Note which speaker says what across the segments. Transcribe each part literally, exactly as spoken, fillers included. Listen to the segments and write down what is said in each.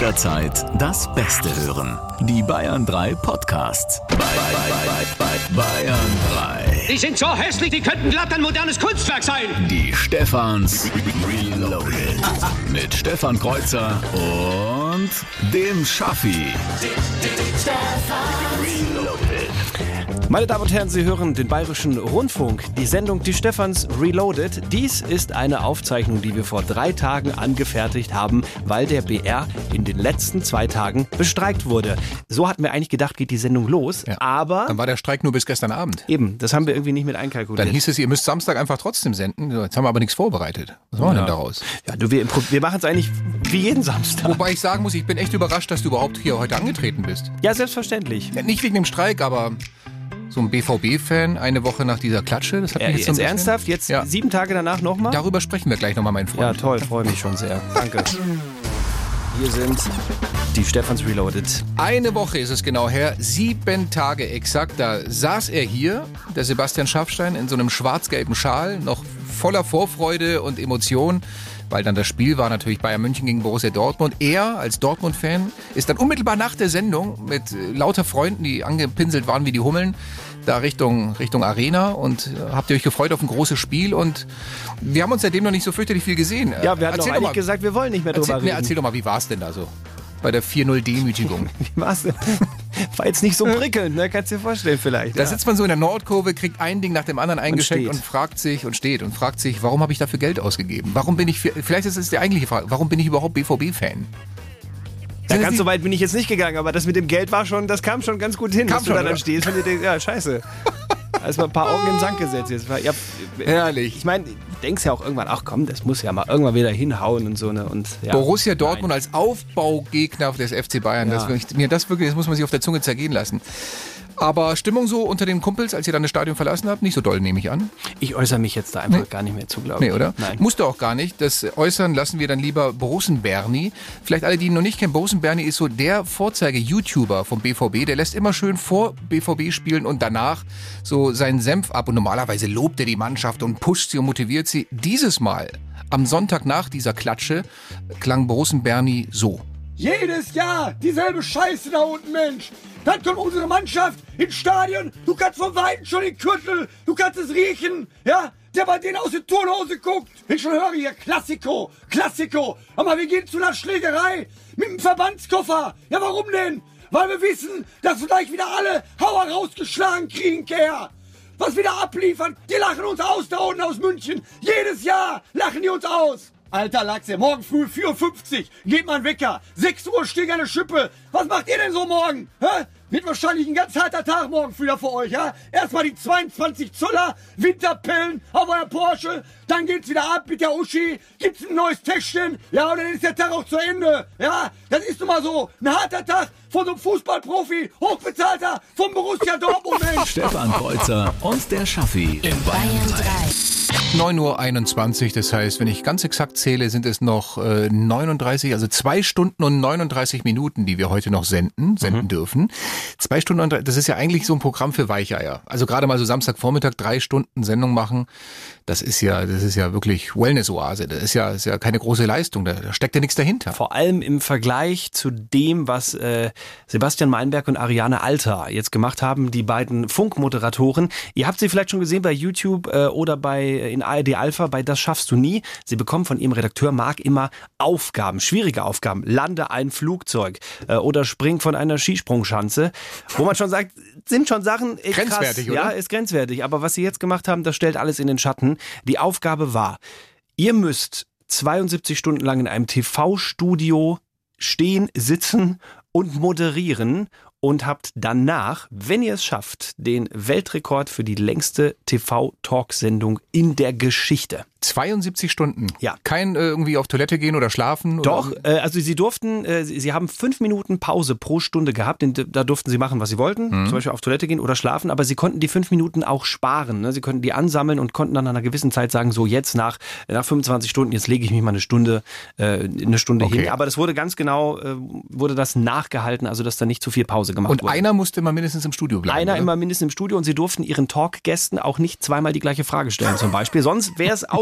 Speaker 1: jederzeit das Beste hören. Die Bayern drei Podcasts. Bei, bei, bei, bei Bayern drei.
Speaker 2: Die sind so hässlich, die könnten glatt ein modernes Kunstwerk sein.
Speaker 1: Die Stefans Reloaded. Mit Stefan Kreuzer und dem Schaffi.
Speaker 3: Meine Damen und Herren, Sie hören den Bayerischen Rundfunk, die Sendung Die Stefans Reloaded. Dies ist eine Aufzeichnung, die wir vor drei Tagen angefertigt haben, weil der B R in den letzten zwei Tagen bestreikt wurde. So hatten wir eigentlich gedacht, geht die Sendung los,
Speaker 4: ja.
Speaker 3: aber...
Speaker 4: Dann war der Streik nur bis gestern Abend.
Speaker 3: Eben, das haben wir irgendwie nicht mit einkalkuliert.
Speaker 4: Dann hieß es, ihr müsst Samstag einfach trotzdem senden. Jetzt haben wir aber nichts vorbereitet. Was machen wir
Speaker 3: ja.
Speaker 4: denn daraus?
Speaker 3: Ja, du, wir, wir machen es eigentlich wie jeden Samstag.
Speaker 4: Wobei ich sagen muss, ich bin echt überrascht, dass du überhaupt hier heute angetreten bist.
Speaker 3: Ja, selbstverständlich.
Speaker 4: Ja, nicht wegen dem Streik, aber... So ein B V B-Fan eine Woche nach dieser Klatsche, das hat mich
Speaker 3: Äh,
Speaker 4: jetzt
Speaker 3: jetzt
Speaker 4: so ein bisschen...
Speaker 3: ernsthaft? Jetzt
Speaker 4: ja.
Speaker 3: sieben Tage danach nochmal?
Speaker 4: Darüber sprechen wir gleich nochmal, mein Freund.
Speaker 3: Ja, toll, freue mich schon sehr. Danke. Hier sind die Stefans Reloaded.
Speaker 4: Eine Woche ist es genau her, sieben Tage exakt, da saß er hier, der Sebastian Schaffstein, in so einem schwarz-gelben Schal, noch voller Vorfreude und Emotion, weil dann das Spiel war natürlich Bayern München gegen Borussia Dortmund. Er als Dortmund-Fan ist dann unmittelbar nach der Sendung mit lauter Freunden, die angepinselt waren wie die Hummeln, da Richtung, Richtung Arena und äh, habt ihr euch gefreut auf ein großes Spiel und wir haben uns seitdem noch nicht so fürchterlich viel gesehen.
Speaker 3: Ja, wir hatten doch eigentlich
Speaker 4: mal,
Speaker 3: gesagt, wir wollen nicht mehr drüber
Speaker 4: erzähl,
Speaker 3: reden.
Speaker 4: Nee, erzähl doch mal, wie war es denn da so? Bei der vier null Demütigung.
Speaker 3: Wie war's denn? War jetzt nicht so prickelnd, ne? Kannst du dir vorstellen vielleicht.
Speaker 4: Da
Speaker 3: ja.
Speaker 4: sitzt man so in der Nordkurve, kriegt ein Ding nach dem anderen eingeschenkt und, und fragt sich und steht und fragt sich, warum habe ich dafür Geld ausgegeben? Warum bin ich, für, vielleicht ist es die eigentliche Frage, warum bin ich überhaupt B V B-Fan?
Speaker 3: Ja, ganz so weit bin ich jetzt nicht gegangen, aber das mit dem Geld war schon, das kam schon ganz gut hin,
Speaker 4: kam
Speaker 3: dass
Speaker 4: schon,
Speaker 3: du da dann
Speaker 4: oder?
Speaker 3: stehst und dir denkst, ja, scheiße. Erstmal ein paar Augen in den Sand gesetzt jetzt. Ja,
Speaker 4: herrlich.
Speaker 3: Ich meine, du denkst ja auch irgendwann, ach komm, das muss ja mal irgendwann wieder hinhauen und so. Ne? Und, ja.
Speaker 4: Borussia Dortmund Nein. als Aufbaugegner des F C Bayern,
Speaker 3: Ja.
Speaker 4: das, mir das wirklich, das muss man sich auf der Zunge zergehen lassen. Aber Stimmung so unter den Kumpels, als ihr dann das Stadion verlassen habt, nicht so doll, nehme ich an.
Speaker 3: Ich äußere mich jetzt da einfach
Speaker 4: Nee.
Speaker 3: gar nicht mehr zu, glaube ich.
Speaker 4: Nee, oder?
Speaker 3: Nein.
Speaker 4: Musst du auch gar nicht. Das Äußern lassen wir dann lieber Borussen Bernie. Vielleicht alle, die ihn noch nicht kennen, Borussen Bernie ist so der Vorzeige-YouTuber vom B V B. Der lässt immer schön vor B V B spielen und danach so seinen Senf ab. Und normalerweise lobt er die Mannschaft und pusht sie und motiviert sie. Dieses Mal, am Sonntag nach dieser Klatsche, klang Borussen Bernie so.
Speaker 5: Jedes Jahr dieselbe Scheiße da unten, Mensch. Dann kommt unsere Mannschaft ins Stadion. Du kannst vom Weiten schon den Kürtel. Du kannst es riechen. Ja, der bei denen aus der Turnhose guckt. Wenn ich schon höre hier, Klassiko, Klassiko. Aber wir gehen zu einer Schlägerei mit dem Verbandskoffer. Ja, warum denn? Weil wir wissen, dass wir gleich wieder alle Hauer rausgeschlagen kriegen, Kerl. Was wir da abliefern, die lachen uns aus da unten aus München. Jedes Jahr lachen die uns aus. Alter Lachse, morgen früh vier Uhr fünfzig, geht mein Wecker, sechs Uhr steht an der Schippe. Was macht ihr denn so morgen? Hä? Wird wahrscheinlich ein ganz harter Tag morgen früh für euch, ja? Erstmal die zweiundzwanzig Zöller Winterpillen auf euer Porsche, dann geht's wieder ab mit der Uschi, gibt's ein neues Täschchen, ja, und dann ist der Tag auch zu Ende, ja? Das ist nun mal so, ein harter Tag von so einem Fußballprofi, hochbezahlter, vom Borussia Dortmund, Mensch.
Speaker 1: Stefan Kreuzer und der Schaffi in Bayern drei.
Speaker 4: neun Uhr einundzwanzig, das heißt, wenn ich ganz exakt zähle, sind es noch äh, neununddreißig, also zwei Stunden und neununddreißig Minuten, die wir heute noch senden, senden mhm. dürfen. Zwei Stunden, und das ist ja eigentlich so ein Programm für Weicheier. Also gerade mal so Samstagvormittag drei Stunden Sendung machen, das ist ja, das ist ja wirklich Wellness-Oase. Das ist ja, ist ja keine große Leistung, da, da steckt ja nichts dahinter.
Speaker 3: Vor allem im Vergleich zu dem, was äh, Sebastian Meinberg und Ariane Alter jetzt gemacht haben, die beiden Funkmoderatoren. Ihr habt sie vielleicht schon gesehen bei YouTube äh, oder bei in A R D Alpha, bei Das schaffst du nie. Sie bekommen von ihrem Redakteur Marc immer Aufgaben, schwierige Aufgaben. Lande ein Flugzeug äh, oder spring von einer Skisprungschanze, wo man schon sagt, sind schon Sachen ey, krass,
Speaker 4: grenzwertig, oder?
Speaker 3: Ja, ist grenzwertig. Aber was sie jetzt gemacht haben, das stellt alles in den Schatten. Die Aufgabe war, ihr müsst zweiundsiebzig Stunden lang in einem T V-Studio stehen, sitzen und moderieren und habt danach, wenn ihr es schafft, den Weltrekord für die längste T V-Talksendung in der Geschichte.
Speaker 4: zweiundsiebzig Stunden?
Speaker 3: Ja.
Speaker 4: Kein äh, irgendwie auf Toilette gehen oder schlafen?
Speaker 3: Doch,
Speaker 4: oder?
Speaker 3: äh, also sie durften, äh, sie, sie haben fünf Minuten Pause pro Stunde gehabt, den, da durften sie machen, was sie wollten, mhm. zum Beispiel auf Toilette gehen oder schlafen, aber sie konnten die fünf Minuten auch sparen, ne? Sie konnten die ansammeln und konnten dann nach einer gewissen Zeit sagen, so jetzt nach, nach fünfundzwanzig Stunden, jetzt lege ich mich mal eine Stunde, äh, eine Stunde
Speaker 4: okay.
Speaker 3: hin, aber das wurde ganz genau, äh, wurde das nachgehalten, also dass da nicht zu viel Pause gemacht
Speaker 4: und
Speaker 3: wurde.
Speaker 4: Und einer musste immer mindestens im Studio bleiben,
Speaker 3: Einer
Speaker 4: oder?
Speaker 3: immer mindestens im Studio und sie durften ihren Talkgästen auch nicht zweimal die gleiche Frage stellen zum Beispiel, sonst wäre es ausgegangen.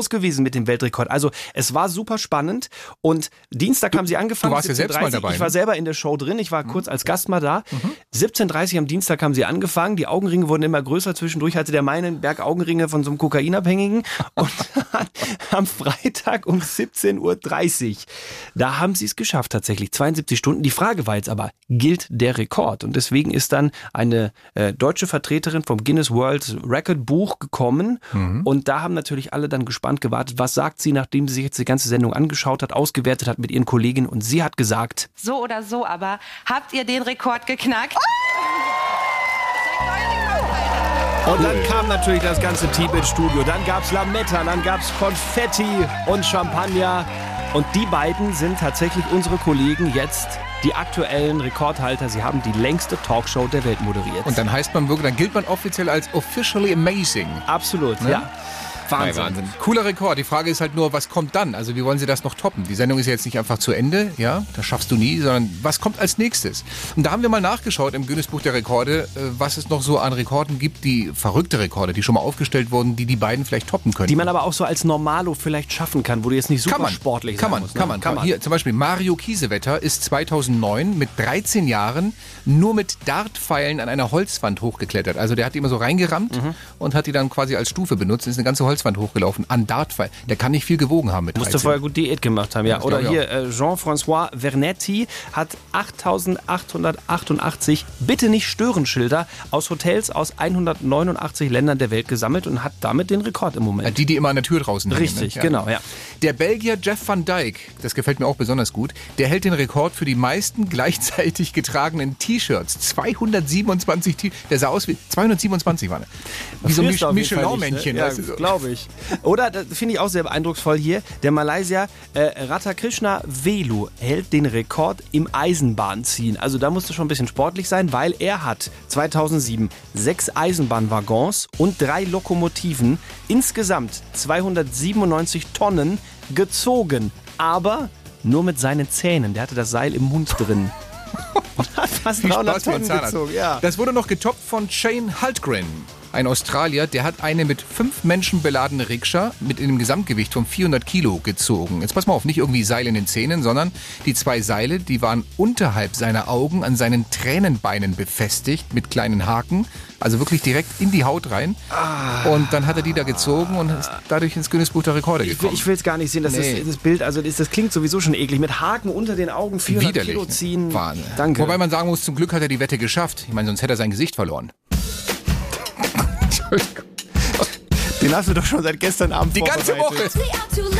Speaker 3: los gewesen mit dem Weltrekord. Also es war super spannend und Dienstag haben sie angefangen.
Speaker 4: Du warst ja selbst mal dabei.
Speaker 3: Ich war
Speaker 4: ne?
Speaker 3: selber in der Show drin, ich war kurz als Gast mal da. Mhm. siebzehn Uhr dreißig am Dienstag haben sie angefangen, die Augenringe wurden immer größer, zwischendurch hatte der Meilenberg Augenringe von so einem Kokainabhängigen und am Freitag um siebzehn Uhr dreißig, da haben sie es geschafft tatsächlich, zweiundsiebzig Stunden. Die Frage war jetzt aber, gilt der Rekord? Und deswegen ist dann eine äh, deutsche Vertreterin vom Guinness World Record Buch gekommen mhm. und da haben natürlich alle dann gespannt gewartet, was sagt sie, nachdem sie sich jetzt die ganze Sendung angeschaut hat, ausgewertet hat mit ihren Kolleginnen und sie hat gesagt,
Speaker 6: so oder so, aber habt ihr den Rekord geknackt?
Speaker 3: Und dann kam natürlich das ganze Team ins Studio, dann gab's Lametta, dann gab's Konfetti und Champagner und die beiden sind tatsächlich unsere Kollegen jetzt, die aktuellen Rekordhalter. Sie haben die längste Talkshow der Welt moderiert.
Speaker 4: Und dann heißt man wirklich, dann gilt man offiziell als officially amazing.
Speaker 3: Absolut,
Speaker 4: ne?
Speaker 3: ja. Wahnsinn.
Speaker 4: Wahnsinn. Cooler Rekord. Die Frage ist halt nur, was kommt dann? Also wie wollen sie das noch toppen? Die Sendung ist ja jetzt nicht einfach zu Ende, ja, das schaffst du nie, sondern was kommt als nächstes? Und da haben wir mal nachgeschaut im Guinness Buch der Rekorde, was es noch so an Rekorden gibt, die verrückte Rekorde, die schon mal aufgestellt wurden, die die beiden vielleicht toppen können.
Speaker 3: Die man aber auch so als Normalo vielleicht schaffen kann, wo du jetzt nicht super
Speaker 4: kann man,
Speaker 3: sportlich
Speaker 4: kann
Speaker 3: sein
Speaker 4: man,
Speaker 3: musst.
Speaker 4: Kann
Speaker 3: ne?
Speaker 4: man,
Speaker 3: kann man.
Speaker 4: Hier zum Beispiel Mario Kiesewetter ist zweitausendneun mit dreizehn Jahren nur mit Dartpfeilen an einer Holzwand hochgeklettert. Also der hat die immer so reingerammt mhm. und hat die dann quasi als Stufe benutzt, ist eine ganze Holzwand hochgelaufen. An Dartpfeil. Der kann nicht viel gewogen haben mit dreizehn.
Speaker 3: Musste vorher gut Diät gemacht haben, ja.
Speaker 4: Das
Speaker 3: Oder hier äh, Jean-François Vernetti hat achttausendachthundertachtundachtzig bitte nicht Störenschilder aus Hotels aus hundertneunundachtzig Ländern der Welt gesammelt und hat damit den Rekord im Moment.
Speaker 4: Ja, die, die immer an der Tür draußen hängen.
Speaker 3: Richtig,
Speaker 4: ne? ja.
Speaker 3: genau, ja.
Speaker 4: Der Belgier Jeff van Dijk, das gefällt mir auch besonders gut, der hält den Rekord für die meisten gleichzeitig getragenen T-Shirts. zweihundertsiebenundzwanzig T-Shirts. Der sah aus wie zweihundertsiebenundzwanzig waren. Wie so ein Mich- Michelin-Männchen.
Speaker 3: Ne? Ja, glaube ich. Oder, das finde ich auch sehr beeindrucksvoll hier, der Malaysier äh, Radhakrishna Velu hält den Rekord im Eisenbahnziehen. Also da musste schon ein bisschen sportlich sein, weil er hat zweitausendsieben sechs Eisenbahnwaggons und drei Lokomotiven, insgesamt zweihundertsiebenundneunzig Tonnen gezogen. Aber nur mit seinen Zähnen. Der hatte das Seil im Mund drin. Und hat fast dreihundert Tonnen gezogen. Ja.
Speaker 4: Das wurde noch getoppt von Shane Haltgren. Ein Australier, der hat eine mit fünf Menschen beladene Rikscha mit einem Gesamtgewicht von vierhundert Kilo gezogen. Jetzt pass mal auf, nicht irgendwie Seil in den Zähnen, sondern die zwei Seile, die waren unterhalb seiner Augen an seinen Tränenbeinen befestigt mit kleinen Haken. Also wirklich direkt in die Haut rein. Und dann hat er die da gezogen und ist dadurch ins Guinness Buch der Rekorde gekommen.
Speaker 3: Ich will es gar nicht sehen, dass
Speaker 4: Nee.
Speaker 3: das, das Bild, also das, das klingt sowieso schon eklig. Mit Haken unter den Augen vierhundert
Speaker 4: Widerlich,
Speaker 3: Kilo
Speaker 4: ne?
Speaker 3: ziehen.
Speaker 4: Wahnsinn.
Speaker 3: Danke.
Speaker 4: Wobei man sagen muss, zum Glück hat er die Wette geschafft. Ich meine, sonst hätte er sein Gesicht verloren.
Speaker 3: Den hast du doch schon seit gestern Abend
Speaker 4: Die ganze
Speaker 3: vorbereitet.
Speaker 4: Woche.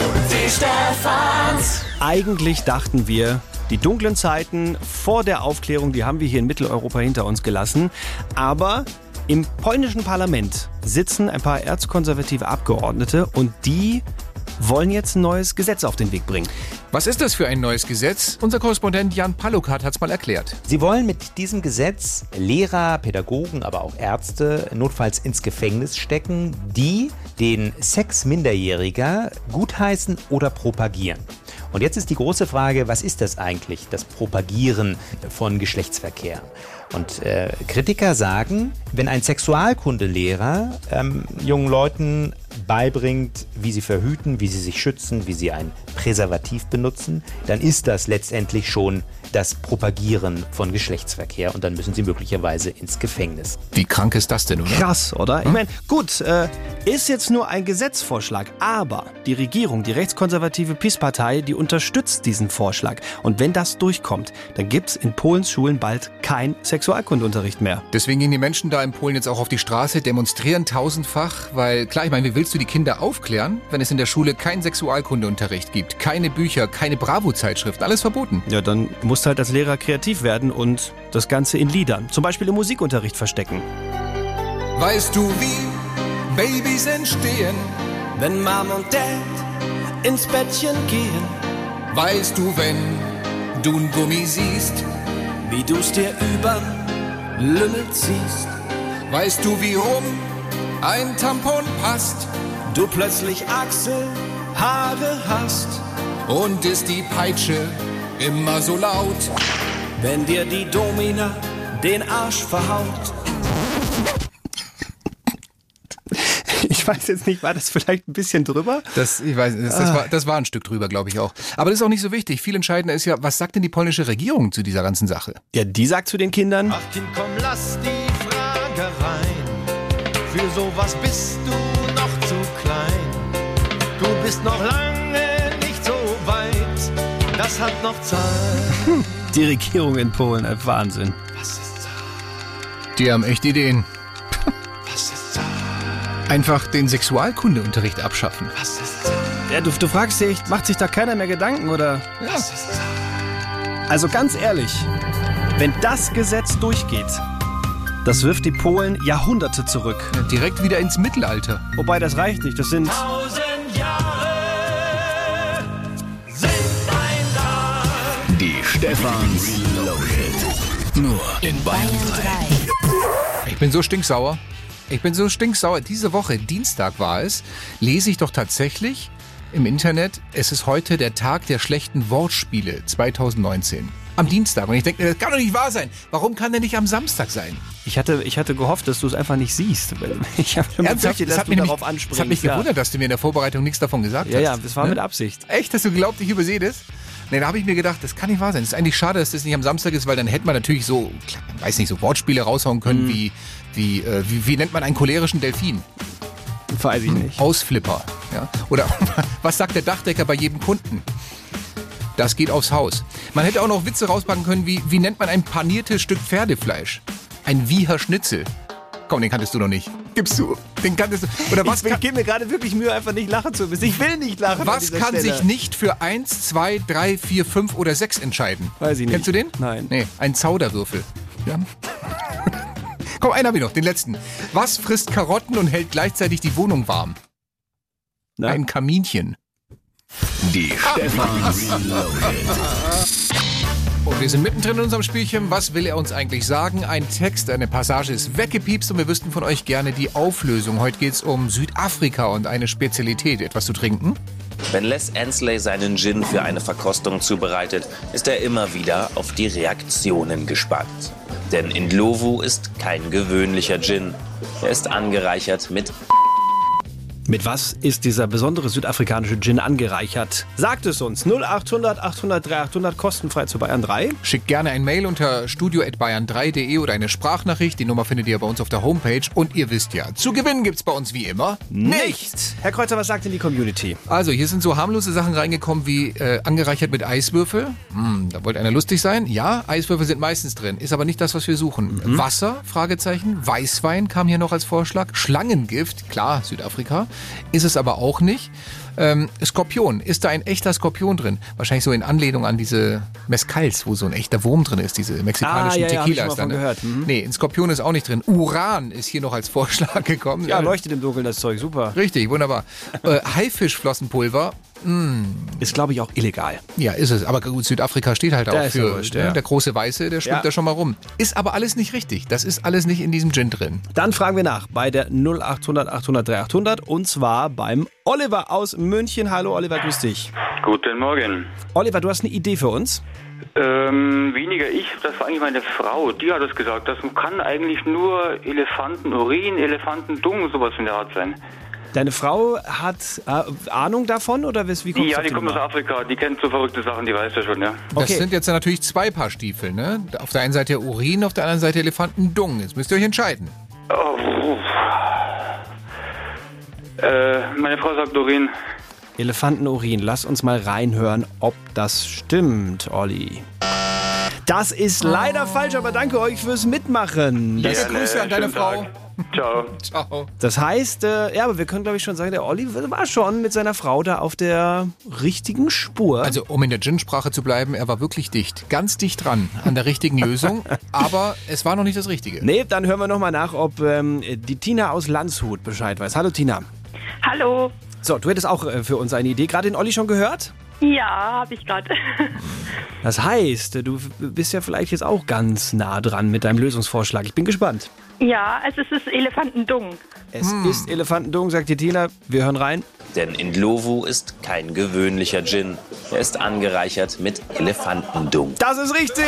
Speaker 3: Eigentlich dachten wir, die dunklen Zeiten vor der Aufklärung, die haben wir hier in Mitteleuropa hinter uns gelassen. Aber im polnischen Parlament sitzen ein paar erzkonservative Abgeordnete und die wollen jetzt ein neues Gesetz auf den Weg bringen.
Speaker 4: Was ist das für ein neues Gesetz? Unser Korrespondent Jan Palukat hat es mal erklärt.
Speaker 7: Sie wollen mit diesem Gesetz Lehrer, Pädagogen, aber auch Ärzte notfalls ins Gefängnis stecken, die den Sex Minderjähriger gutheißen oder propagieren. Und jetzt ist die große Frage, was ist das eigentlich, das Propagieren von Geschlechtsverkehr? Und äh, Kritiker sagen, wenn ein Sexualkundelehrer ähm, jungen Leuten beibringt, wie sie verhüten, wie sie sich schützen, wie sie ein Präservativ benutzen, dann ist das letztendlich schon das Propagieren von Geschlechtsverkehr und dann müssen sie möglicherweise ins Gefängnis.
Speaker 4: Wie krank ist das denn, oder?
Speaker 3: Krass, oder? Ich meine, gut, äh, ist jetzt nur ein Gesetzvorschlag, aber die Regierung, die rechtskonservative PiS-Partei, die unterstützt diesen Vorschlag. Und wenn das durchkommt, dann gibt es in Polens Schulen bald kein Sexualkundeunterricht mehr.
Speaker 4: Deswegen gehen die Menschen da in Polen jetzt auch auf die Straße, demonstrieren tausendfach, weil klar, ich meine, wie willst du die Kinder aufklären, wenn es in der Schule keinen Sexualkundeunterricht gibt, keine Bücher, keine Bravo-Zeitschriften, alles verboten.
Speaker 3: Ja, dann musst du halt als Lehrer kreativ werden und das Ganze in Liedern, zum Beispiel im Musikunterricht verstecken.
Speaker 8: Weißt du, wie Babys entstehen, wenn Mom und Dad ins Bettchen gehen? Weißt du, wenn du ein Gummi siehst, wie du's dir übern Lümmel ziehst? Weißt du, wie rum ein Tampon passt? Du plötzlich Achselhaare hast. Und ist die Peitsche immer so laut, wenn dir die Domina den Arsch verhaut?
Speaker 3: Ich Ich weiß jetzt nicht, war das vielleicht ein bisschen drüber?
Speaker 4: Das, ich weiß, das, das, war, das war ein Stück drüber, glaube ich auch. Aber das ist auch nicht so wichtig. Viel entscheidender ist ja, was sagt denn die polnische Regierung zu dieser ganzen Sache?
Speaker 3: Ja, die sagt zu den Kindern:
Speaker 8: Ach Kind, komm, lass die Frage rein. Für sowas bist du noch zu klein. Du bist noch lange nicht so weit. Das hat noch Zeit.
Speaker 3: Die Regierung in Polen, ein Wahnsinn.
Speaker 8: Was ist Zeit?
Speaker 4: Die haben echt Ideen.
Speaker 8: Was ist Zeit?
Speaker 4: Einfach den Sexualkundeunterricht abschaffen.
Speaker 8: Was ist Zeit?
Speaker 3: Ja, du, du fragst dich, macht sich da keiner mehr Gedanken, oder?
Speaker 8: Was ist Zeit?
Speaker 3: Also ganz ehrlich, wenn das Gesetz durchgeht, das wirft die Polen Jahrhunderte zurück.
Speaker 4: Ja, direkt wieder ins Mittelalter.
Speaker 3: Wobei, das reicht nicht, das sind...
Speaker 8: Tausend Jahre sind ein Tag.
Speaker 1: Die Stefans Reloaded. Nur in Bayern drei.
Speaker 4: Ich bin so stinksauer. Ich bin so stinksauer. Diese Woche, Dienstag war es, lese ich doch tatsächlich im Internet, es ist heute der Tag der schlechten Wortspiele zwanzig neunzehn. Am Dienstag. Und ich denke, das kann doch nicht wahr sein. Warum kann der nicht am Samstag sein?
Speaker 3: Ich hatte, ich hatte gehofft, dass du es einfach nicht siehst. Ich habe schon
Speaker 4: Ernsthaft?
Speaker 3: befürchtet,
Speaker 4: Das
Speaker 3: dass
Speaker 4: hat
Speaker 3: du
Speaker 4: mich
Speaker 3: darauf
Speaker 4: nämlich-
Speaker 3: anspringst.
Speaker 4: Das hat mich
Speaker 3: ja.
Speaker 4: gewundert, dass du mir in der Vorbereitung nichts davon gesagt
Speaker 3: Ja,
Speaker 4: hast.
Speaker 3: ja, das war
Speaker 4: Ne?
Speaker 3: mit Absicht.
Speaker 4: Echt? Hast du geglaubt, ich übersehe das? Nee, da habe ich mir gedacht, das kann nicht wahr sein. Es ist eigentlich schade, dass das nicht am Samstag ist, weil dann hätte man natürlich so, klar, man weiß nicht, so Wortspiele raushauen können
Speaker 3: Mhm.
Speaker 4: wie, wie, äh, wie, wie nennt man einen cholerischen Delfin?
Speaker 3: Weiß ich nicht.
Speaker 4: Ausflipper. Ja? Oder was sagt der Dachdecker bei jedem Kunden? Das geht aufs Haus. Man hätte auch noch Witze rauspacken können, wie, wie nennt man ein paniertes Stück Pferdefleisch? Ein Wieher Schnitzel. Komm, den kanntest du noch nicht. Gibst du? Den kanntest du. Oder was
Speaker 3: ich
Speaker 4: kann,
Speaker 3: gebe mir gerade wirklich Mühe, einfach nicht lachen zu müssen. Ich will nicht lachen. an
Speaker 4: was
Speaker 3: dieser
Speaker 4: kann
Speaker 3: Stelle.
Speaker 4: sich nicht für eins, zwei, drei, vier, fünf oder sechs entscheiden?
Speaker 3: Weiß ich nicht.
Speaker 4: Kennst du den?
Speaker 3: Nein.
Speaker 4: Nee, ein Zauderwürfel. Ja. Komm, einen habe ich noch, den letzten. Was frisst Karotten und hält gleichzeitig die Wohnung warm?
Speaker 3: Na?
Speaker 4: Ein Kaminchen.
Speaker 1: Die Stefans Reloaded.
Speaker 4: Und wir sind mittendrin in unserem Spielchen. Was will er uns eigentlich sagen? Ein Text, eine Passage ist weggepiepst und wir wüssten von euch gerne die Auflösung. Heute geht es um Südafrika und eine Spezialität. Etwas zu trinken?
Speaker 9: Wenn Les Ansley seinen Gin für eine Verkostung zubereitet, ist er immer wieder auf die Reaktionen gespannt. Denn Indlovu ist kein gewöhnlicher Gin. Er ist angereichert mit...
Speaker 3: Mit was ist dieser besondere südafrikanische Gin angereichert? Sagt es uns. null achthundert, achthundert, dreihundert, kostenfrei zu Bayern drei.
Speaker 4: Schickt gerne ein Mail unter studio at bayern drei punkt de oder eine Sprachnachricht. Die Nummer findet ihr bei uns auf der Homepage. Und ihr wisst ja, zu gewinnen gibt's bei uns wie immer nichts.
Speaker 3: Herr Kreuzer, was sagt denn die Community?
Speaker 4: Also, hier sind so harmlose Sachen reingekommen wie äh, angereichert mit Eiswürfel. Hm, da wollte einer lustig sein. Ja, Eiswürfel sind meistens drin. Ist aber nicht das, was wir suchen.
Speaker 3: Mhm.
Speaker 4: Wasser, Fragezeichen. Weißwein kam hier noch als Vorschlag. Schlangengift, klar, Südafrika. Ist es aber auch nicht. Ähm, Skorpion, ist da ein echter Skorpion drin? Wahrscheinlich so in Anlehnung an diese Mezcals, wo so ein echter Wurm drin ist, diese mexikanischen
Speaker 3: Ah, ja, ja, hab ich
Speaker 4: Tequilas.
Speaker 3: schon mal
Speaker 4: dann,
Speaker 3: von gehört. Mhm.
Speaker 4: Nee, ein Skorpion ist auch nicht drin. Uran ist hier noch als Vorschlag gekommen.
Speaker 3: Ja, leuchtet im Dunkeln das Zeug, super.
Speaker 4: Richtig, wunderbar. äh, Haifischflossenpulver,
Speaker 3: Ist, glaube ich, auch illegal.
Speaker 4: ja, ist es. Aber gut, Südafrika steht halt
Speaker 3: Da
Speaker 4: auch
Speaker 3: ist ja
Speaker 4: für
Speaker 3: wurscht,
Speaker 4: ne?
Speaker 3: ja.
Speaker 4: Der große Weiße, der schwimmt
Speaker 3: Ja.
Speaker 4: da schon mal rum. Ist aber alles nicht richtig. Das ist alles nicht in diesem Gin drin.
Speaker 3: Dann fragen wir nach bei der null achthundert, achthundert, dreihundert und zwar beim Oliver aus München. Hallo Oliver, grüß dich.
Speaker 10: Guten Morgen.
Speaker 3: Oliver, du hast eine Idee für uns?
Speaker 10: Ähm, weniger ich, das war eigentlich meine Frau. Die hat es gesagt. Das kann eigentlich nur Elefantenurin, Elefantendung, sowas in der Art sein.
Speaker 3: Deine Frau hat äh, Ahnung davon oder wie kommst
Speaker 10: Ja,
Speaker 3: du auf
Speaker 10: die kommt aus
Speaker 3: Nummer?
Speaker 10: Afrika. Die kennt so verrückte Sachen, die weiß ja schon, ja.
Speaker 4: Das
Speaker 3: Okay.
Speaker 4: sind jetzt natürlich zwei Paar Stiefel, ne? Auf der einen Seite Urin, auf der anderen Seite Elefantendung. Jetzt müsst ihr euch entscheiden.
Speaker 10: Oh, puh. äh, meine Frau sagt Urin.
Speaker 3: Elefantenurin. Lass uns mal reinhören, ob das stimmt, Olli. Das ist leider falsch, aber danke euch fürs Mitmachen. Das,
Speaker 4: Liebe Grüße an deine
Speaker 10: schönen
Speaker 4: Frau.
Speaker 10: Tag. Ciao.
Speaker 4: Ciao.
Speaker 3: das heißt, äh, ja, aber wir können glaube ich schon sagen, der Olli war schon mit seiner Frau da auf der richtigen Spur.
Speaker 4: Also, um in der Gin-Sprache zu bleiben, er war wirklich dicht. Ganz dicht dran an der richtigen Lösung. Aber es war noch nicht das Richtige.
Speaker 3: Nee, dann hören wir nochmal nach, ob ähm, die Tina aus Landshut Bescheid weiß. Hallo Tina.
Speaker 11: Hallo.
Speaker 3: So, du hättest auch äh, für uns eine Idee. Gerade den Olli schon gehört?
Speaker 11: Ja, habe ich gerade.
Speaker 3: Das heißt, du bist ja vielleicht jetzt auch ganz nah dran mit deinem Lösungsvorschlag. Ich bin gespannt.
Speaker 11: Ja, es ist das Elefantendung.
Speaker 3: Es ist Elefantendung, sagt die Tina. Wir hören rein.
Speaker 9: Denn Indlovu ist kein gewöhnlicher Gin. Er ist angereichert mit Elefantendung.
Speaker 3: Das ist richtig!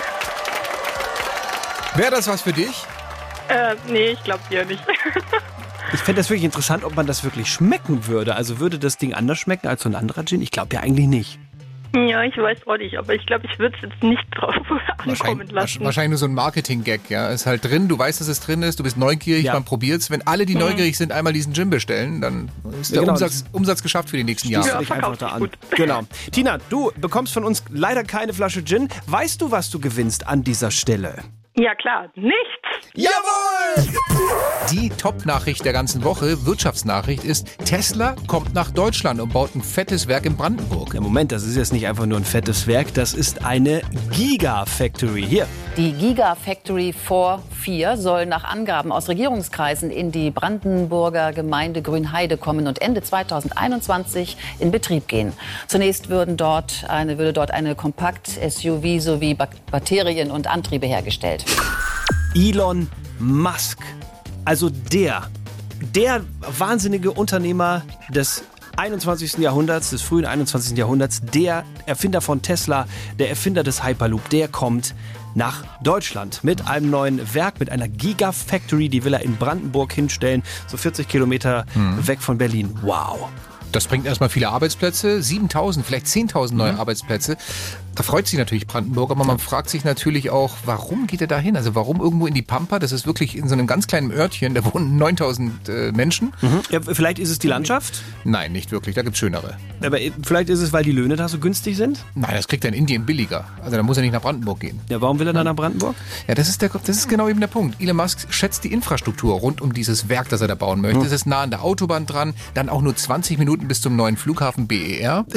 Speaker 4: Wäre das was für dich?
Speaker 11: Äh, nee, ich glaube dir nicht.
Speaker 3: Ich fände das wirklich interessant, ob man das wirklich schmecken würde. Also würde das Ding anders schmecken als so ein anderer Gin? Ich glaube ja eigentlich nicht.
Speaker 11: Ja, ich weiß auch nicht, aber ich glaube, ich würde es jetzt nicht drauf ankommen lassen.
Speaker 4: Wahrscheinlich nur so ein Marketing-Gag, ja. Ist halt drin, du weißt, dass es drin ist, du bist neugierig,
Speaker 3: Ja.
Speaker 4: man probiert's. Wenn alle, die
Speaker 11: Mhm.
Speaker 4: neugierig sind, einmal diesen Gin bestellen, dann ist der
Speaker 3: Ja, genau.
Speaker 4: Umsatz, Umsatz geschafft für die nächsten
Speaker 3: Schließt
Speaker 4: Jahre.
Speaker 3: du dich einfach
Speaker 11: verkauft
Speaker 3: da
Speaker 11: sich
Speaker 3: an.
Speaker 11: gut.
Speaker 3: Genau. Tina, du bekommst von uns leider keine Flasche Gin. Weißt du, was du gewinnst an dieser Stelle?
Speaker 11: Ja klar, nichts.
Speaker 4: Jawohl! Die Top-Nachricht der ganzen Woche, Wirtschaftsnachricht, ist, Tesla kommt nach Deutschland und baut ein fettes Werk in Brandenburg.
Speaker 3: Ja, Moment, das ist jetzt nicht einfach nur ein fettes Werk, das ist eine Gigafactory. Hier.
Speaker 12: Die Gigafactory vier vier soll nach Angaben aus Regierungskreisen in die Brandenburger Gemeinde Grünheide kommen und Ende zweitausendeinundzwanzig in Betrieb gehen. Zunächst würden dort eine, würde dort eine Kompakt-S U V sowie Batterien und Antriebe hergestellt.
Speaker 3: Elon Musk. Also der, der wahnsinnige Unternehmer des einundzwanzigsten Jahrhunderts, des frühen einundzwanzigsten Jahrhunderts, der Erfinder von Tesla, der Erfinder des Hyperloop, der kommt nach Deutschland mit einem neuen Werk, mit einer Gigafactory, die will er in Brandenburg hinstellen, so vierzig Kilometer
Speaker 4: Mhm.
Speaker 3: weg von Berlin. Wow.
Speaker 4: Das bringt erstmal viele Arbeitsplätze, siebentausend, vielleicht zehntausend neue Arbeitsplätze. Da freut sich natürlich Brandenburg, aber man fragt sich natürlich auch, warum geht er da hin? Also warum irgendwo in die Pampa? Das ist wirklich in so einem ganz kleinen Örtchen, da wohnen neuntausend äh, Menschen.
Speaker 3: Mhm. Ja, vielleicht ist es die Landschaft?
Speaker 4: Nein, nicht wirklich, da gibt's schönere.
Speaker 3: Aber vielleicht ist es, weil die Löhne da so günstig sind?
Speaker 4: Nein, das kriegt er in Indien billiger. Also da muss er nicht nach Brandenburg gehen.
Speaker 3: Ja, warum will er dann nach Brandenburg?
Speaker 4: Ja, das ist, der, das ist genau eben der Punkt. Elon Musk schätzt die Infrastruktur rund um dieses Werk, das er da bauen möchte. Es ist nah an der Autobahn dran, dann auch nur zwanzig Minuten bis zum neuen Flughafen B E R.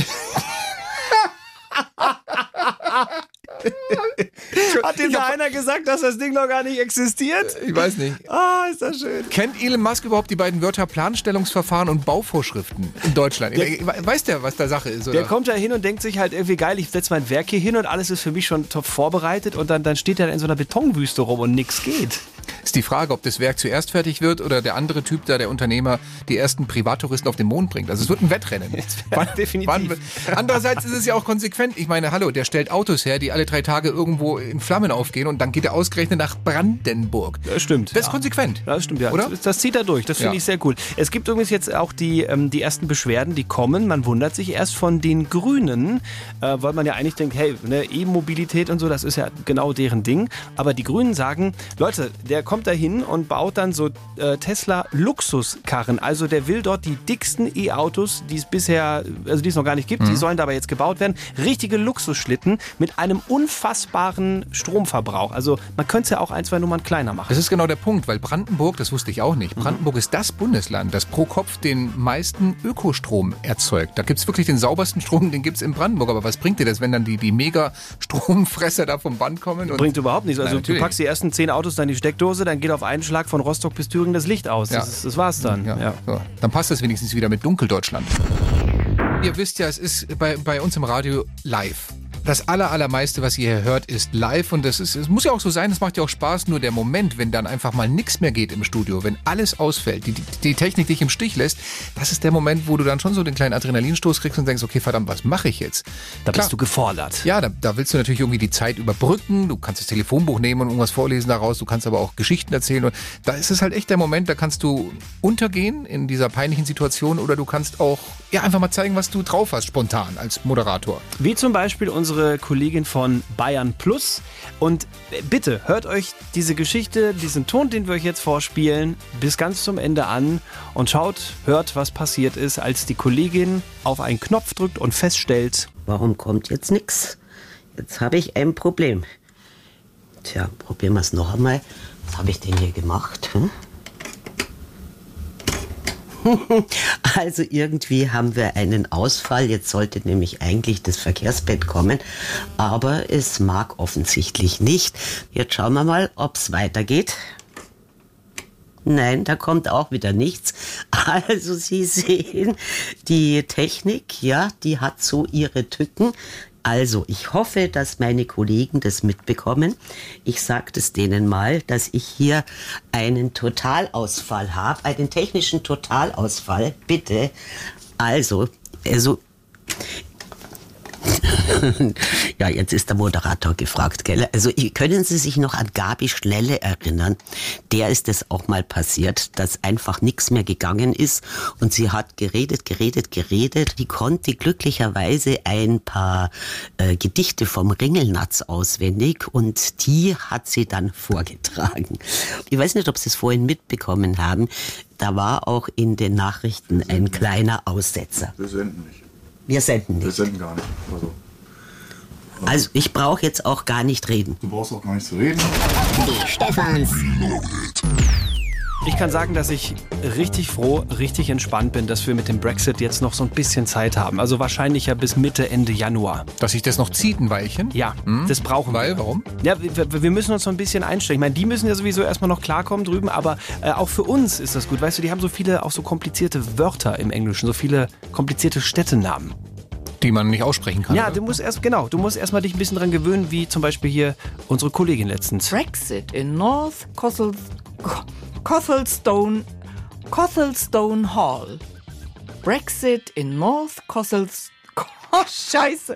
Speaker 3: Hat dir da einer gesagt, dass das Ding noch gar nicht existiert?
Speaker 4: Ich weiß nicht.
Speaker 3: Ah, ist das schön.
Speaker 4: Kennt Elon Musk überhaupt die beiden Wörter Planstellungsverfahren und Bauvorschriften in Deutschland?
Speaker 3: Der,
Speaker 4: weiß der, was da Sache ist? Oder?
Speaker 3: Der kommt ja hin und denkt sich halt irgendwie, geil, ich setze mein Werk hier hin und alles ist für mich schon top vorbereitet und dann, dann steht er in so einer Betonwüste rum und nichts geht.
Speaker 4: Ist die Frage, ob das Werk zuerst fertig wird oder der andere Typ da, der Unternehmer, die ersten Privattouristen auf den Mond bringt. Also es wird ein Wettrennen.
Speaker 3: Wann, Definitiv.
Speaker 4: Wann, andererseits ist es ja auch konsequent. Ich meine, hallo, der stellt Autos her, die alle drei Tage irgendwo in Flammen aufgehen und dann geht er ausgerechnet nach Brandenburg.
Speaker 3: Das stimmt.
Speaker 4: Das ist
Speaker 3: ja.
Speaker 4: konsequent.
Speaker 3: Das stimmt, ja.
Speaker 4: Oder?
Speaker 3: Das, das zieht er durch. Das finde
Speaker 4: Ja.
Speaker 3: ich sehr cool. Es gibt übrigens jetzt auch die, ähm, die ersten Beschwerden, die kommen. Man wundert sich erst von den Grünen, äh, weil man ja eigentlich denkt, hey, ne, E-Mobilität und so, das ist ja genau deren Ding. Aber die Grünen sagen, Leute, der kommt da hin und baut dann so äh, Tesla-Luxuskarren. Also der will dort die dicksten E-Autos, die es bisher, also die es noch gar nicht gibt,
Speaker 4: Mhm.
Speaker 3: die sollen dabei jetzt gebaut werden. Richtige Luxusschlitten mit einem unfassbaren Stromverbrauch. Also man könnte es ja auch ein, zwei Nummern kleiner machen.
Speaker 4: Das ist genau der Punkt, weil Brandenburg, das wusste ich auch nicht, Brandenburg ist das Bundesland, das pro Kopf den meisten Ökostrom erzeugt. Da gibt es wirklich den saubersten Strom, den gibt es in Brandenburg. Aber was bringt dir das, wenn dann die, die Mega-Stromfresser da vom Band kommen? Und
Speaker 3: Bringt überhaupt nichts. Also
Speaker 4: Nein,
Speaker 3: du
Speaker 4: natürlich.
Speaker 3: packst die ersten zehn Autos dann in die Steckdose, dann geht auf einen Schlag von Rostock bis Thüringen das Licht aus.
Speaker 4: Ja.
Speaker 3: Das, ist, das war's dann.
Speaker 4: Ja,
Speaker 3: Ja.
Speaker 4: So. Dann passt das wenigstens wieder mit Dunkeldeutschland. Ihr wisst ja, es ist bei, bei uns im Radio live. Das aller, allermeiste, was ihr hier hört, ist live und das ist, es muss ja auch so sein, es macht ja auch Spaß, nur der Moment, wenn dann einfach mal nichts mehr geht im Studio, wenn alles ausfällt, die, die, die Technik dich im Stich lässt, das ist der Moment, wo du dann schon so den kleinen Adrenalinstoß kriegst und denkst, okay, verdammt, was mache ich jetzt?
Speaker 3: Da
Speaker 4: Klar.
Speaker 3: bist du gefordert.
Speaker 4: Ja, da, da willst du natürlich irgendwie die Zeit überbrücken, du kannst das Telefonbuch nehmen und irgendwas vorlesen daraus, du kannst aber auch Geschichten erzählen und da ist es halt echt der Moment, da kannst du untergehen in dieser peinlichen Situation oder du kannst auch ja, einfach mal zeigen, was du drauf hast, spontan als Moderator.
Speaker 3: Wie zum Beispiel unsere Kollegin von Bayern Plus. Und bitte hört euch diese Geschichte, diesen Ton, den wir euch jetzt vorspielen, bis ganz zum Ende an und schaut, hört, was passiert ist, als die Kollegin auf einen Knopf drückt und feststellt,
Speaker 13: warum kommt jetzt nichts? Jetzt habe ich ein Problem. Tja, probieren wir es noch einmal. Was habe ich denn hier gemacht? Hm? Also irgendwie haben wir einen Ausfall. Jetzt sollte nämlich eigentlich das Verkehrsbett kommen, aber es mag offensichtlich nicht. Jetzt schauen wir mal, ob es weitergeht. Nein, da kommt auch wieder nichts. Also Sie sehen, die Technik, ja, die hat so ihre Tücken. Also, ich hoffe, dass meine Kollegen das mitbekommen. Ich sage es denen mal, dass ich hier einen Totalausfall habe, einen technischen Totalausfall, bitte. Also, also, Ja, jetzt ist der Moderator gefragt, gell? Also können Sie sich noch an Gabi Schnelle erinnern? Der ist es auch mal passiert, dass einfach nichts mehr gegangen ist und sie hat geredet, geredet, geredet. Die konnte glücklicherweise ein paar äh, Gedichte vom Ringelnatz auswendig und die hat sie dann vorgetragen. Ich weiß nicht, ob Sie es vorhin mitbekommen haben. Da war auch in den Nachrichten ein kleiner Aussetzer.
Speaker 14: Wir senden nicht.
Speaker 13: Wir senden nicht.
Speaker 14: Wir senden gar nicht. Also,
Speaker 13: also ich brauche jetzt auch gar nicht reden.
Speaker 14: Du brauchst auch gar nicht zu reden.
Speaker 1: Die Stefans.
Speaker 3: Ich kann sagen, dass ich richtig froh, richtig entspannt bin, dass wir mit dem Brexit jetzt noch so ein bisschen Zeit haben. Also wahrscheinlich ja bis Mitte, Ende Januar.
Speaker 4: Dass sich das noch zieht, ein Weilchen?
Speaker 3: Ja, hm? das brauchen
Speaker 4: Weil,
Speaker 3: wir.
Speaker 4: Weil, warum?
Speaker 3: Ja, wir, wir müssen uns so ein bisschen einstellen. Ich meine, die müssen ja sowieso erstmal noch klarkommen drüben, aber äh, auch für uns ist das gut. Weißt du, die haben so viele, auch so komplizierte Wörter im Englischen, so viele komplizierte Städtenamen.
Speaker 4: Die man nicht aussprechen kann.
Speaker 3: Ja,
Speaker 4: oder?
Speaker 3: du musst erst, genau, du musst erstmal dich ein bisschen dran gewöhnen, wie zum Beispiel hier unsere Kollegin letztens.
Speaker 15: Brexit in North Cothel, Cothelstone, Cothelstone Hall. Brexit in North Cothelstone. Oh, Scheiße.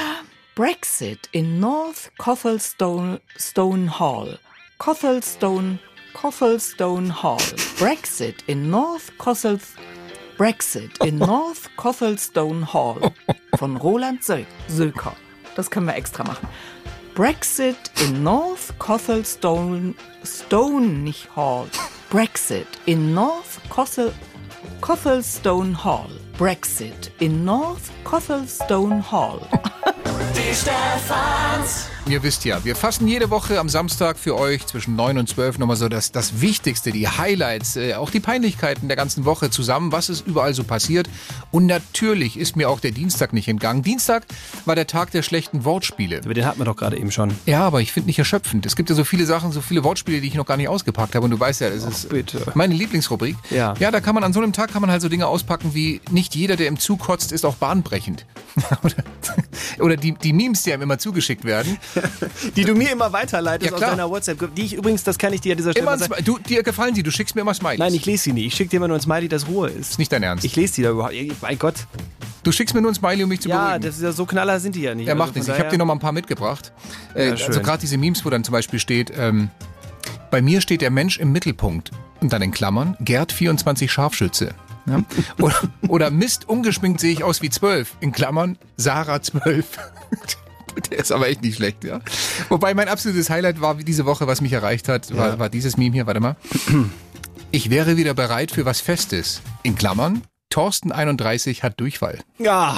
Speaker 15: Brexit in North Cothelstone Stone Hall. Cothelstone, Cothelstone Hall. Brexit in North Cothelstone. Brexit in North Cothelstone Hall von Roland Söker. Das können wir extra machen. Brexit in North Cothelstone Stone, nicht Hall. Brexit in North Cothel, Cothelstone Hall. Brexit in North Cothelstone Hall.
Speaker 8: Die Stefans.
Speaker 4: Ihr wisst ja, wir fassen jede Woche am Samstag für euch zwischen neun und zwölf nochmal so das, das Wichtigste, die Highlights, äh, auch die Peinlichkeiten der ganzen Woche zusammen, was ist überall so passiert. Und natürlich ist mir auch der Dienstag nicht entgangen. Dienstag war der Tag der schlechten Wortspiele.
Speaker 3: Aber den hatten wir doch gerade eben schon.
Speaker 4: Ja, aber ich finde nicht erschöpfend. Es gibt ja so viele Sachen, so viele Wortspiele, die ich noch gar nicht ausgepackt habe. Und du weißt ja, das ist
Speaker 3: bitte.
Speaker 4: meine Lieblingsrubrik.
Speaker 3: Ja.
Speaker 4: Ja, da kann man an so einem Tag kann man halt so Dinge auspacken wie nicht jeder, der im Zug kotzt, ist auch bahnbrechend. oder oder die, die Memes, die einem immer zugeschickt werden.
Speaker 3: Die du mir immer weiterleitest
Speaker 4: Ja,
Speaker 3: aus
Speaker 4: klar.
Speaker 3: deiner WhatsApp, die ich übrigens, das kann ich dir an dieser Stelle
Speaker 4: Immer
Speaker 3: mal
Speaker 4: ein
Speaker 3: sagen.
Speaker 4: Smi- du, dir gefallen die, du schickst mir immer Smileys.
Speaker 3: Nein, ich lese sie nie. Ich schicke dir immer nur ein Smiley, das Ruhe ist.
Speaker 4: Ist nicht dein Ernst.
Speaker 3: Ich lese die da überhaupt. Mein Gott.
Speaker 4: Du schickst mir nur ein Smiley, um mich zu
Speaker 3: Ja,
Speaker 4: beruhigen.
Speaker 3: das ist ja so Knaller sind die ja nicht.
Speaker 4: Er macht
Speaker 3: Also
Speaker 4: nichts.
Speaker 3: von
Speaker 4: Ich habe
Speaker 3: daher-
Speaker 4: dir noch mal ein paar mitgebracht. Äh,
Speaker 3: Ja, schön.
Speaker 4: also gerade diese Memes, wo dann zum Beispiel steht, ähm, bei mir steht der Mensch im Mittelpunkt. Und dann in Klammern, Gerd vierundzwanzig Scharfschütze. Ja? Oder, oder Mist, ungeschminkt sehe ich aus wie zwölf. In Klammern, Sarah zwölf. Der ist aber echt nicht schlecht, ja. Wobei mein absolutes Highlight war diese Woche, was mich erreicht hat, war,
Speaker 3: Ja.
Speaker 4: war dieses Meme hier, warte mal. Ich wäre wieder bereit für was Festes. In Klammern, Thorsten einunddreißig hat Durchfall.
Speaker 3: Ja.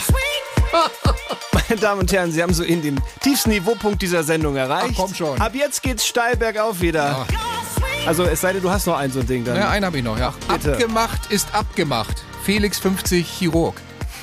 Speaker 3: Meine Damen und Herren, Sie haben so in den tiefsten Niveaupunkt dieser Sendung erreicht.
Speaker 4: Ach, komm schon.
Speaker 3: Ab jetzt geht's steil bergauf wieder. Also es sei denn, du hast noch ein so ein Ding dann.
Speaker 4: Ja, einen habe ich noch, ja.
Speaker 3: Ach, bitte.
Speaker 4: Abgemacht ist abgemacht. Felix fünfzig, Chirurg.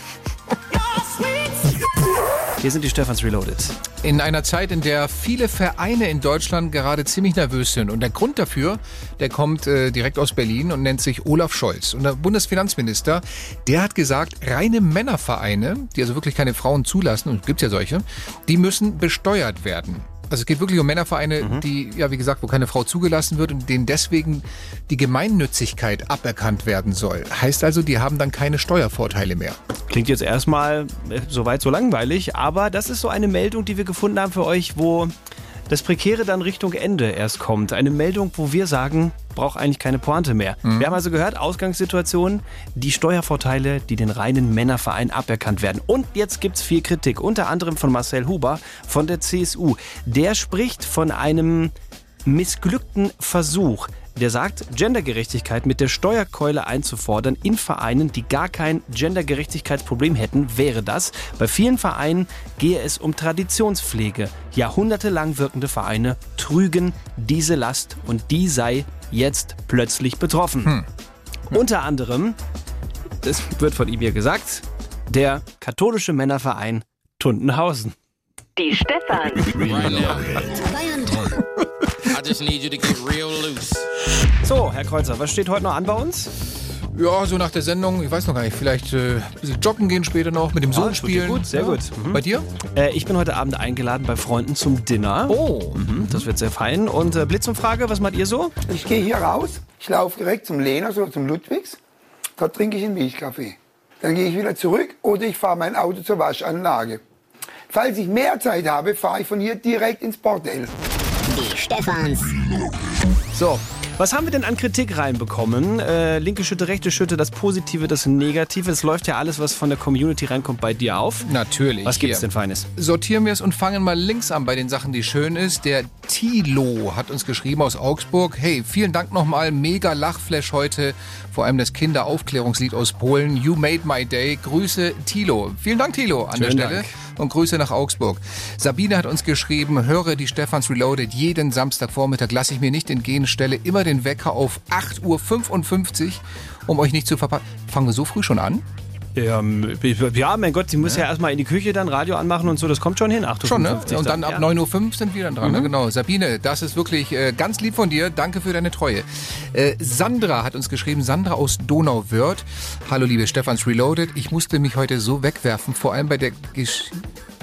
Speaker 3: Hier sind die Stefans Reloaded.
Speaker 4: In einer Zeit, in der viele Vereine in Deutschland gerade ziemlich nervös sind. Und der Grund dafür, der kommt äh, direkt aus Berlin und nennt sich Olaf Scholz. Und der Bundesfinanzminister, der hat gesagt, reine Männervereine, die also wirklich keine Frauen zulassen, und es gibt ja solche, die müssen besteuert werden. Also es geht wirklich um Männervereine, mhm. die, ja wie gesagt, wo keine Frau zugelassen wird und denen deswegen die Gemeinnützigkeit aberkannt werden soll. Heißt also, die haben dann keine Steuervorteile mehr.
Speaker 3: Klingt jetzt erstmal äh, soweit so langweilig, aber das ist so eine Meldung, die wir gefunden haben für euch, wo das Prekäre dann Richtung Ende erst kommt. Eine Meldung, wo wir sagen, braucht eigentlich keine Pointe mehr. Mhm. Wir haben also gehört, Ausgangssituation, die Steuervorteile, die den reinen Männerverein aberkannt werden. Und jetzt gibt's viel Kritik, unter anderem von Marcel Huber von der C S U. Der spricht von einem missglückten Versuch. Der sagt, Gendergerechtigkeit mit der Steuerkeule einzufordern in Vereinen, die gar kein Gendergerechtigkeitsproblem hätten, wäre das. Bei vielen Vereinen gehe es um Traditionspflege. Jahrhundertelang wirkende Vereine trügen diese Last und die sei jetzt plötzlich betroffen. Hm. Hm. Unter anderem, das wird von ihm hier gesagt, der katholische Männerverein Tundenhausen.
Speaker 16: Die Stefan.
Speaker 17: I just need you to get real loose.
Speaker 3: So, Herr Kreuzer, was steht heute noch an bei uns?
Speaker 4: Ja, so nach der Sendung, ich weiß noch gar nicht, vielleicht äh, ein bisschen joggen gehen später noch, mit dem Sohn
Speaker 3: Ah,
Speaker 4: spielen.
Speaker 3: Gut, sehr
Speaker 4: ja.
Speaker 3: gut. Mhm.
Speaker 4: Bei dir?
Speaker 3: Äh, ich bin heute Abend eingeladen bei Freunden zum Dinner.
Speaker 4: Oh.
Speaker 3: Mhm, das wird sehr fein. Und äh, Blitzumfrage, was macht ihr so?
Speaker 18: Ich gehe hier raus, ich laufe direkt zum Lehners oder zum Ludwigs. Dort trinke ich einen Milchkaffee. Dann gehe ich wieder zurück oder ich fahre mein Auto zur Waschanlage. Falls ich mehr Zeit habe, fahre ich von hier direkt ins Bordell.
Speaker 16: Die Stefans.
Speaker 3: So, was haben wir denn an Kritik reinbekommen? Äh, linke Schütte, rechte Schütte, das Positive, das Negative. Es läuft ja alles, was von der Community reinkommt, bei dir auf.
Speaker 4: Natürlich.
Speaker 3: Was gibt's
Speaker 4: Hier.
Speaker 3: denn Feines?
Speaker 4: Sortieren wir es und fangen mal links an bei den Sachen, die schön ist. Der Thilo hat uns geschrieben aus Augsburg. Hey, vielen Dank nochmal. Mega Lachflash heute. Vor allem das Kinderaufklärungslied aus Polen. You made my day. Grüße, Thilo. Vielen Dank, Thilo, an
Speaker 3: Schönen
Speaker 4: der Stelle.
Speaker 3: Dank.
Speaker 4: Und Grüße nach Augsburg. Sabine hat uns geschrieben, höre die Stefans Reloaded jeden Samstagvormittag. Lasse ich mir nicht entgehen, stelle immer den Wecker auf acht Uhr fünfundfünfzig, um euch nicht zu verpassen. Fangen wir so früh schon an?
Speaker 3: Ähm, ja, mein Gott, sie muss ja, ja erstmal in die Küche dann Radio anmachen und so, das kommt schon hin, acht Uhr fünfundfünfzig.
Speaker 4: Schon, ne? Und dann ab
Speaker 3: ja.
Speaker 4: neun Uhr fünf sind wir dann dran,
Speaker 3: mhm.
Speaker 4: ne? Genau. Sabine, das ist wirklich äh, ganz lieb von dir. Danke für deine Treue. Äh, Sandra hat uns geschrieben, Sandra aus Donauwörth. Hallo, liebe Stefans Reloaded. Ich musste mich heute so wegwerfen, vor allem bei der Geschichte...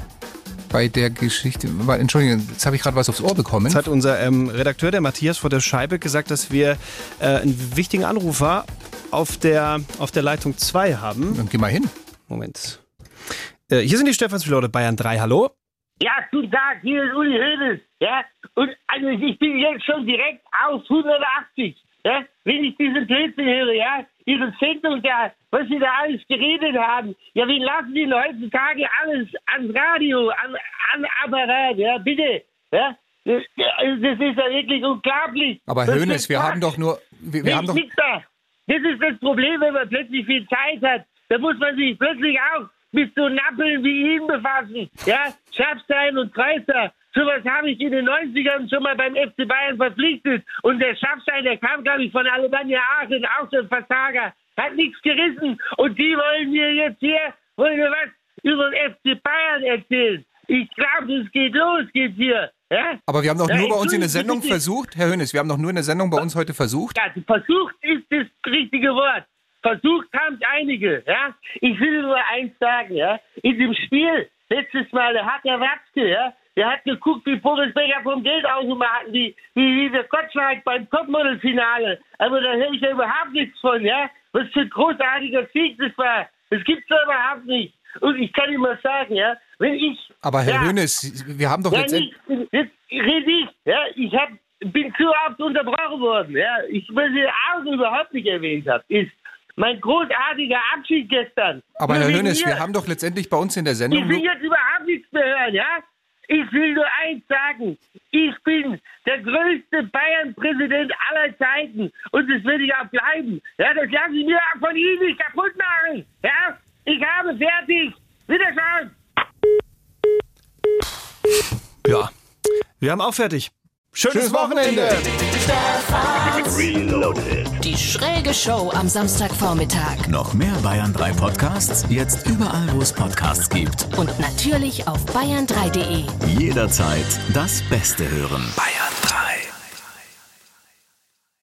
Speaker 4: Bei der Geschichte, Entschuldigung, jetzt habe ich gerade was aufs Ohr bekommen.
Speaker 3: Jetzt hat unser ähm, Redakteur, der Matthias vor der Scheibe, gesagt, dass wir äh, einen wichtigen Anrufer auf der, auf der Leitung zwei haben.
Speaker 4: Dann geh mal hin.
Speaker 3: Moment. Äh, hier sind die Stefans Reloaded Bayern drei, hallo?
Speaker 19: Ja, guten Tag, hier ist Uli Hoeneß. Ja, und also ich bin jetzt schon direkt auf hundertachtzig. Ja, wenn ich diesen Blödsinn höre, ja, Ihre Sendung da, was Sie da alles geredet haben. Ja, wie lassen Sie heutzutage alles ans Radio, an, an Apparat, ja, bitte. Ja, das, das ist ja wirklich unglaublich.
Speaker 4: Aber Hoeneß, wir haben doch nur... Wir, wir haben doch
Speaker 19: nichts da. Das ist das Problem, wenn man plötzlich viel Zeit hat. Da muss man sich plötzlich auch mit so Nappeln wie ihm befassen. Ja, Schaffstein und Kreuzer. Sowas habe ich in den neunzigern schon mal beim F C Bayern verpflichtet. Und der Schaffstein, der kam, glaube ich, von Alemannia Aachen, auch so ein Versager. Hat nichts gerissen. Und die wollen mir jetzt hier, wollen wir was über den F C Bayern erzählen. Ich glaube, es geht los, geht's hier. Ja?
Speaker 4: Aber wir haben doch
Speaker 19: ja,
Speaker 4: nur bei uns in der Sendung
Speaker 19: bitte.
Speaker 4: versucht, Herr Hoeneß, wir haben doch nur in der Sendung bei uns heute versucht.
Speaker 19: Ja, versucht ist das richtige Wort. Versucht haben es einige, ja. Ich will nur eins sagen, ja. In dem Spiel, letztes Mal, da hat der Watzke, ja, der hat geguckt, wie Boris Becker vom Geldautomaten, wie, wie, wie der Gottschalk beim Topmodel-Finale. Aber da höre ich ja überhaupt nichts von, ja. Was für ein großartiger Sieg das war. Das gibt's doch überhaupt nicht. Und ich kann Ihnen mal sagen, ja, wenn ich...
Speaker 4: Aber Herr
Speaker 19: ja,
Speaker 4: Hoeneß, wir haben doch
Speaker 19: ja,
Speaker 4: letztendlich...
Speaker 19: Nicht, jetzt rede ich, ja, ich hab, bin zu oft unterbrochen worden, ja. Ich, was ich auch überhaupt nicht erwähnt habe, ist mein großartiger Abschied gestern.
Speaker 4: Aber
Speaker 19: Nur
Speaker 4: Herr
Speaker 19: wegen
Speaker 4: Hoeneß,
Speaker 19: mir.
Speaker 4: wir haben doch letztendlich bei uns in der Sendung...
Speaker 19: Ich will jetzt überhaupt nichts mehr hören, ja? Ich will nur eins sagen. Ich bin der größte Bayern-Präsident aller Zeiten. Und das will ich auch bleiben. Ja, das lassen Sie mir auch von Ihnen nicht kaputt machen. Ja? Ich habe fertig. Wiederschauen.
Speaker 3: Ja, wir haben auch fertig. Schönes,
Speaker 4: Schönes Wochenende.
Speaker 1: Reloaded.
Speaker 16: Die schräge Show am Samstagvormittag.
Speaker 1: Noch mehr Bayern drei Podcasts, jetzt überall, wo es Podcasts gibt.
Speaker 16: Und natürlich auf bayern drei punkt de.
Speaker 1: Jederzeit das Beste hören. Bayern